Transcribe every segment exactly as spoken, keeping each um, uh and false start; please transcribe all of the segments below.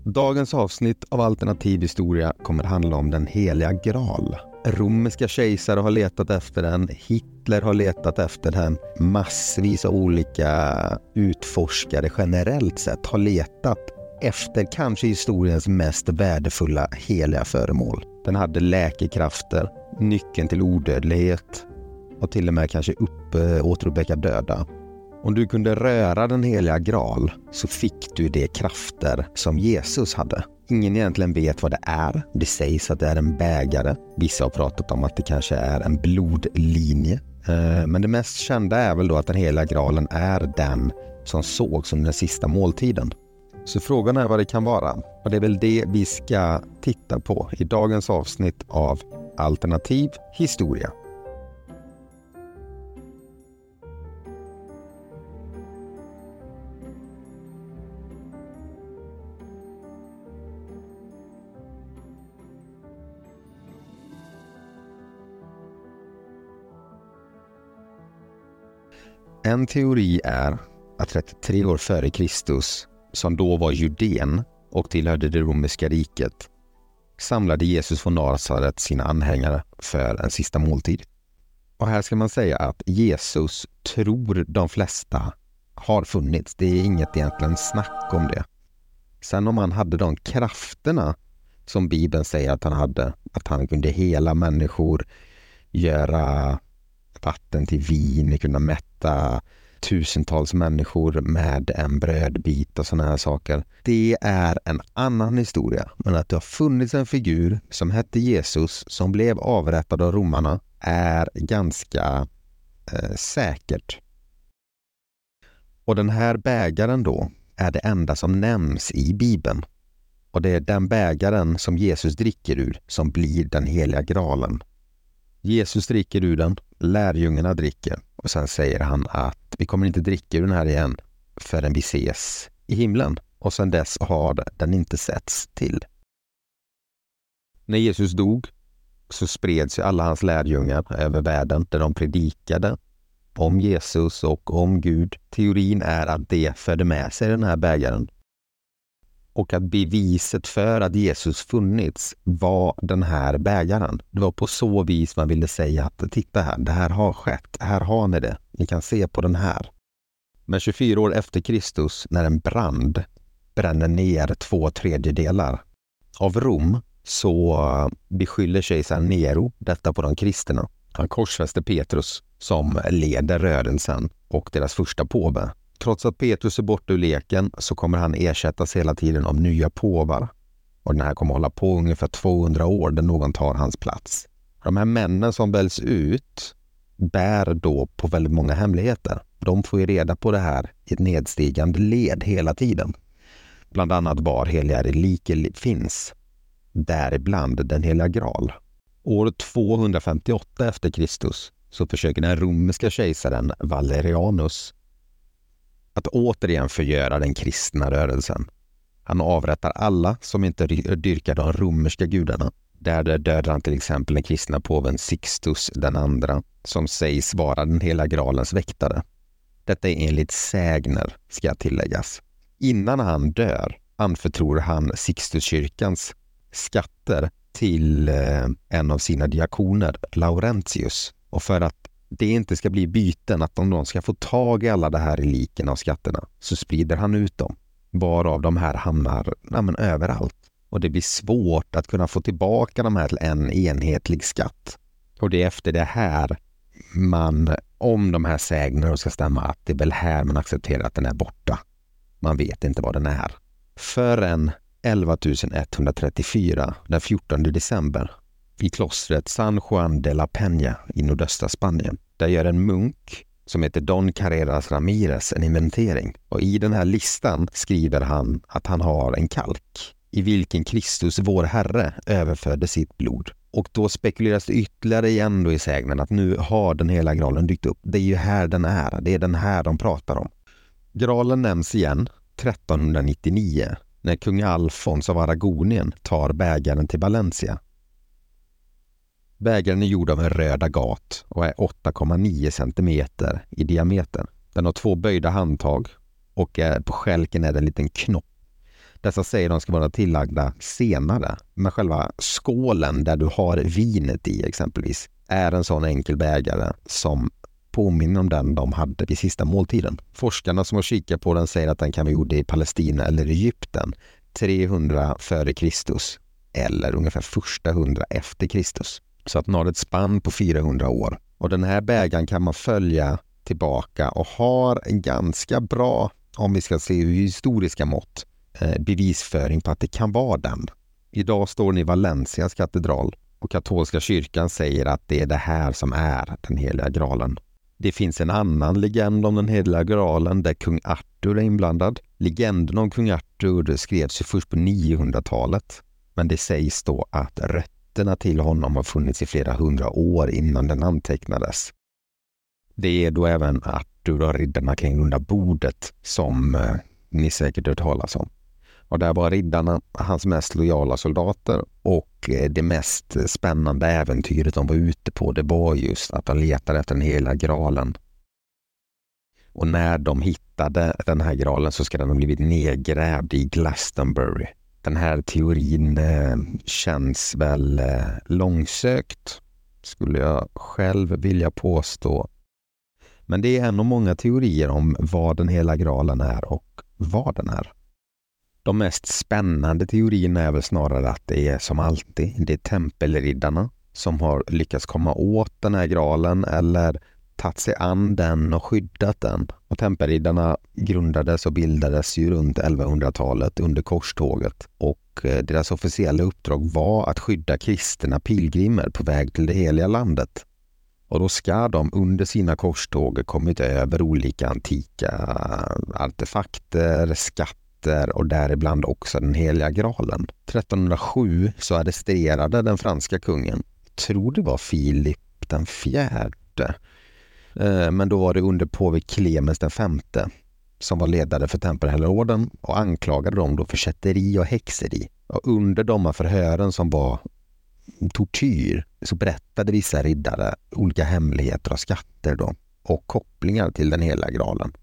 Dagens avsnitt av Alternativ historia kommer handla om den heliga graal. Romerska kejsare har letat efter den, Hitler har letat efter den, massvis av olika utforskare generellt sett har letat efter kanske historiens mest värdefulla heliga föremål. Den hade läkekrafter, nyckeln till odödlighet och till och med kanske upp, återuppväcka döda. Om du kunde röra den heliga graal så fick du de krafter som Jesus hade. Ingen egentligen vet vad det är. Det sägs att det är en bägare. Vissa har pratat om att det kanske är en blodlinje. Men det mest kända är väl då att den heliga graalen är den som sågs under den sista måltiden. Så frågan är vad det kan vara. Och det är väl det vi ska titta på i dagens avsnitt av Alternativ historia. En teori är att trettiotre år före Kristus, som då var Judén och tillhörde det romerska riket, samlade Jesus från Nasaret sina anhängare för en sista måltid. Och här ska man säga att Jesus tror de flesta har funnits. Det är inget egentligen snack om det. Sen om han hade de krafterna som Bibeln säger att han hade, att han kunde hela människor, göra vatten till vin, kunna mätta tusentals människor med en brödbit och såna här saker. Det är en annan historia. Men att det har funnits en figur som hette Jesus som blev avrättad av romarna är ganska eh, säkert. Och den här bägaren då är det enda som nämns i Bibeln. Och det är den bägaren som Jesus dricker ur som blir den heliga graalen. Jesus dricker ur den, lärjungarna dricker och sen säger han att vi kommer inte dricka ur den här igen förrän vi ses i himlen. Och sen dess har den inte setts till. När Jesus dog så spreds ju alla hans lärjungar över världen där de predikade om Jesus och om Gud. Teorin är att det förde med sig den här bägaren. Och att beviset för att Jesus funnits var den här bägaren. Det var på så vis man ville säga att titta här, det här har skett. Här har ni det. Ni kan se på den här. Men tjugofyra år efter Kristus, när en brand bränner ner två tredjedelar av Rom, så beskyller kejsaren Nero detta på de kristna. Han korsfäster Petrus som leder rörelsen och deras första påve. Trots att Petrus är borta ur leken så kommer han ersättas hela tiden av nya påvar. Och den här kommer hålla på ungefär tvåhundra år där någon tar hans plats. De här männen som väljs ut bär då på väldigt många hemligheter. De får ju reda på det här i ett nedstigande led hela tiden. Bland annat var heliga reliker finns. Däribland den heliga graal. År tvåhundrafemtioåtta efter Kristus så försöker den romerska kejsaren Valerianus att återigen förgöra den kristna rörelsen. Han avrättar alla som inte dyrkar de romerska gudarna. Där dödar han till exempel den kristna påven Sixtus den andra, som sägs vara den hela graalens väktare. Detta är enligt sägner, ska tilläggas. Innan han dör anförtror han Sixtuskyrkans skatter till eh, en av sina diakoner, Laurentius. Och för att det inte ska bli byten, att om någon ska få tag i alla de här relikerna och skatterna, så sprider han ut dem. Varav de här hamnar ja, men överallt. Och det blir svårt att kunna få tillbaka de här till en enhetlig skatt. Och det är efter det här man, om de här sägnerna ska stämma, att det är väl här man accepterar att den är borta. Man vet inte vad den är. Förrän elva tusen etthundratrettiofyra, den fjortonde december, i klostret San Juan de la Peña i nordöstra Spanien. Där gör en munk som heter Don Carreras Ramirez en inventering. Och i den här listan skriver han att han har en kalk i vilken Kristus, vår Herre, överförde sitt blod. Och då spekuleras det ytterligare igen då i sägnen att nu har den hela graalen dykt upp. Det är ju här den är. Det är den här de pratar om. Graalen nämns igen trettonhundranittionio när kung Alfons av Aragonien tar bägaren till Valencia. Bägaren är gjord av en röd agat och är åtta komma nio centimeter i diameter. Den har två böjda handtag och är, på skälken är det en liten knopp. Dessa säger de ska vara tillagda senare. Men själva skålen där du har vinet i exempelvis är en sån enkel bägare som påminner om den de hade vid sista måltiden. Forskarna som har kikat på den säger att den kan vara gjord i Palestina eller Egypten trehundra före Kristus eller ungefär första hundra efter Kristus. Så att den har ett spann på fyrahundra år. Och den här bägaren kan man följa tillbaka och har en ganska bra, om vi ska se i historiska mått, bevisföring på att det kan vara den. Idag står den i Valencias katedral och katolska kyrkan säger att det är det här som är den heliga graalen. Det finns en annan legend om den heliga graalen där kung Arthur är inblandad. Legenden om kung Arthur skrevs ju först på niohundratalet, men det sägs då att rötterna till honom har funnits i flera hundra år innan den antecknades. Det är då även Arthur och riddarna kring runda bordet som eh, ni säkert hört talas om. Och där var riddarna hans mest lojala soldater och eh, det mest spännande äventyret de var ute på, det var just att de letade efter den hela graalen. Och när de hittade den här graalen så ska den ha blivit nedgrävd i Glastonbury. Den här teorin eh, känns väl eh, långsökt, skulle jag själv vilja påstå. Men det är en av många teorier om vad den hela graalen är och vad den är. De mest spännande teorierna är väl snarare att det är som alltid, det är tempelriddarna som har lyckats komma åt den här graalen eller tagit sig an den och skyddat den. Och tempelriddarna grundades och bildades ju runt elvahundratalet under korståget och deras officiella uppdrag var att skydda kristna pilgrimer på väg till det heliga landet. Och då ska de under sina korståg kommit över olika antika artefakter, skatter och däribland också den heliga graalen. trettonhundrasju så arresterade den franska kungen, tror det var Filip den fjärde, men då var det under påve Clemens den femte som var ledare för tempelherreorden och anklagade dem då för kätteri och häxeri. Och under de förhören som var tortyr så berättade vissa riddare olika hemligheter och skatter då och kopplingar till den hela graalen.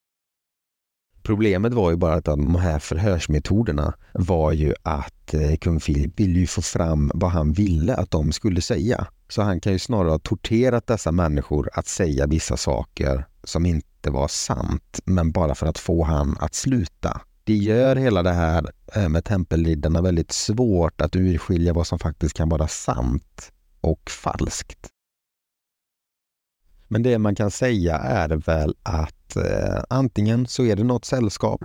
Problemet var ju bara att de här förhörsmetoderna var ju att eh, kung Filip ville ju få fram vad han ville att de skulle säga. Så han kan ju snarare ha torterat dessa människor att säga vissa saker som inte var sant, men bara för att få han att sluta. Det gör hela det här med tempelriddarna väldigt svårt att urskilja vad som faktiskt kan vara sant och falskt. Men det man kan säga är väl att eh, antingen så är det något sällskap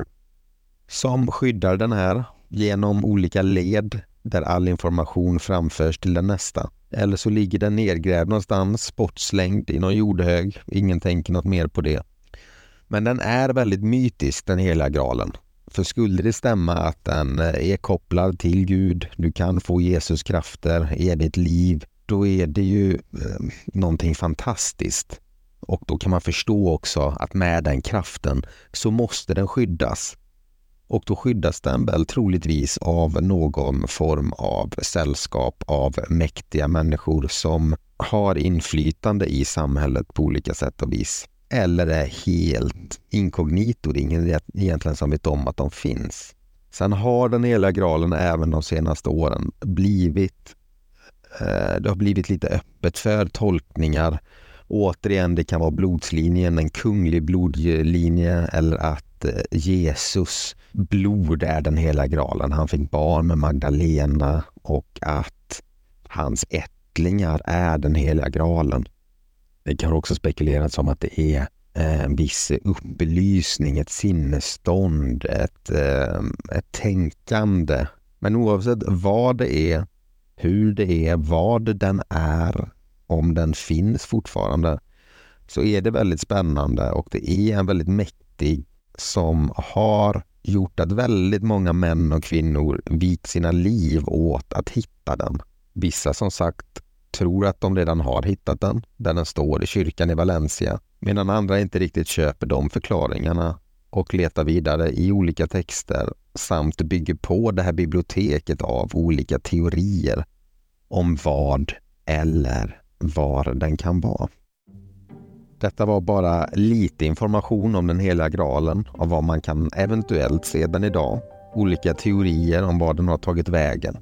som skyddar den här genom olika led där all information framförs till den nästa. Eller så ligger den nedgrävd någonstans, bortslängd i någon jordhög. Ingen tänker något mer på det. Men den är väldigt mytisk, den hela graalen. För skulle det stämma att den är kopplad till Gud, du kan få Jesus krafter, evigt liv, då är det ju eh, någonting fantastiskt. Och då kan man förstå också att med den kraften så måste den skyddas. Och då skyddas den väl troligtvis av någon form av sällskap av mäktiga människor som har inflytande i samhället på olika sätt och vis. Eller är helt inkognito, det är ingen egentligen som vet om att de finns. Sen har den hela graalen även de senaste åren blivit, eh, det har blivit lite öppet för tolkningar. Återigen, det kan vara blodslinjen, en kunglig blodlinje, eller att eh, Jesus blod är den hela graalen. Han fick barn med Magdalena och att hans ättlingar är den hela graalen. Det kan också spekuleras om att det är en viss upplysning, ett sinnesstånd, ett, ett tänkande. Men oavsett vad det är, hur det är, vad den är, om den finns fortfarande, så är det väldigt spännande och det är en väldigt mäktig som har gjort att väldigt många män och kvinnor vikt sina liv åt att hitta den. Vissa som sagt tror att de redan har hittat den, där den står i kyrkan i Valencia, medan andra inte riktigt köper de förklaringarna och letar vidare i olika texter samt bygger på det här biblioteket av olika teorier om vad eller var den kan vara. Detta var bara lite information om den heliga graalen och vad man kan eventuellt se den idag. olika teorier om var den har tagit vägen.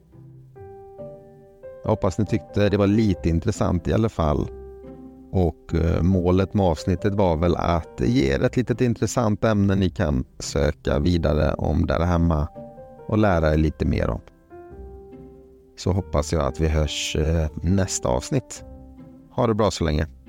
Jag hoppas ni tyckte det var lite intressant i alla fall. Och målet med avsnittet var väl att ge er ett litet intressant ämne ni kan söka vidare om där hemma och lära er lite mer om. Så hoppas jag att vi hörs nästa avsnitt. Ha det bra så länge.